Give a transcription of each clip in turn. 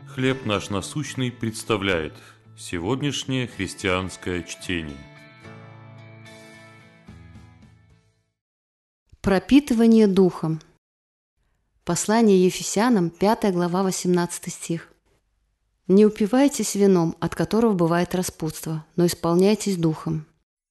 «Хлеб наш насущный» представляет сегодняшнее христианское чтение. Пропитывание Духом. Послание Ефесянам, 5 глава, 18 стих. «Не упивайтесь вином, от которого бывает распутство, но исполняйтесь Духом».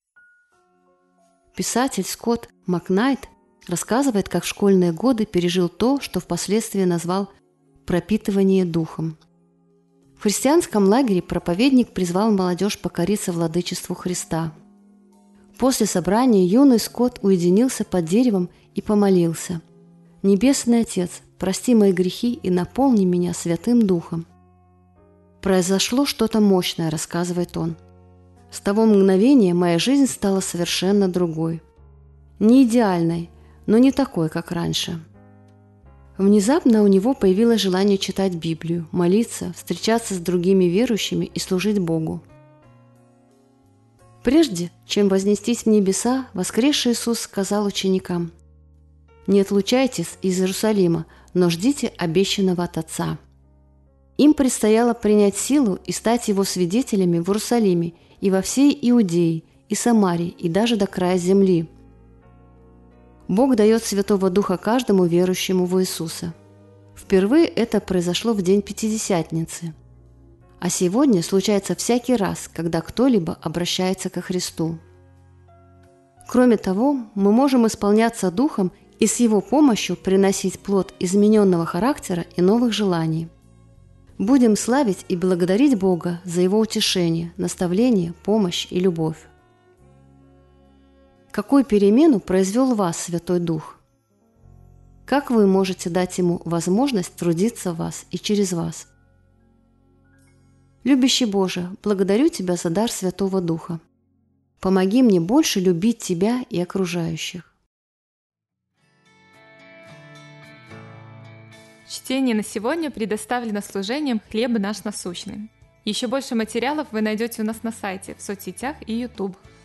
Писатель Скотт Макнайт рассказывает, как в школьные годы пережил то, что впоследствии назвал «пропитывание Духом». В христианском лагере проповедник призвал молодежь покориться владычеству Христа. После собрания юный Скотт уединился под деревом и помолился: «Небесный Отец, прости мои грехи и наполни меня Святым Духом». «Произошло что-то мощное», — рассказывает он. «С того мгновения моя жизнь стала совершенно другой. Не идеальной, но не такой, как раньше». Внезапно у него появилось желание читать Библию, молиться, встречаться с другими верующими и служить Богу. Прежде чем вознестись в небеса, воскресший Иисус сказал ученикам: «Не отлучайтесь из Иерусалима, но ждите обещанного от Отца». Им предстояло принять силу и стать Его свидетелями в Иерусалиме и во всей Иудее, и Самарии, и даже до края земли. Бог дает Святого Духа каждому верующему в Иисуса. Впервые это произошло в день Пятидесятницы. А сегодня случается всякий раз, когда кто-либо обращается ко Христу. Кроме того, мы можем исполняться Духом и с Его помощью приносить плод измененного характера и новых желаний. Будем славить и благодарить Бога за Его утешение, наставление, помощь и любовь. Какую перемену произвел в вас Святой Дух? Как вы можете дать Ему возможность трудиться в вас и через вас? Любящий Боже, благодарю Тебя за дар Святого Духа. Помоги мне больше любить Тебя и окружающих. Чтение на сегодня предоставлено служением «Хлеб наш насущный». Еще больше материалов вы найдете у нас на сайте, в соцсетях и YouTube.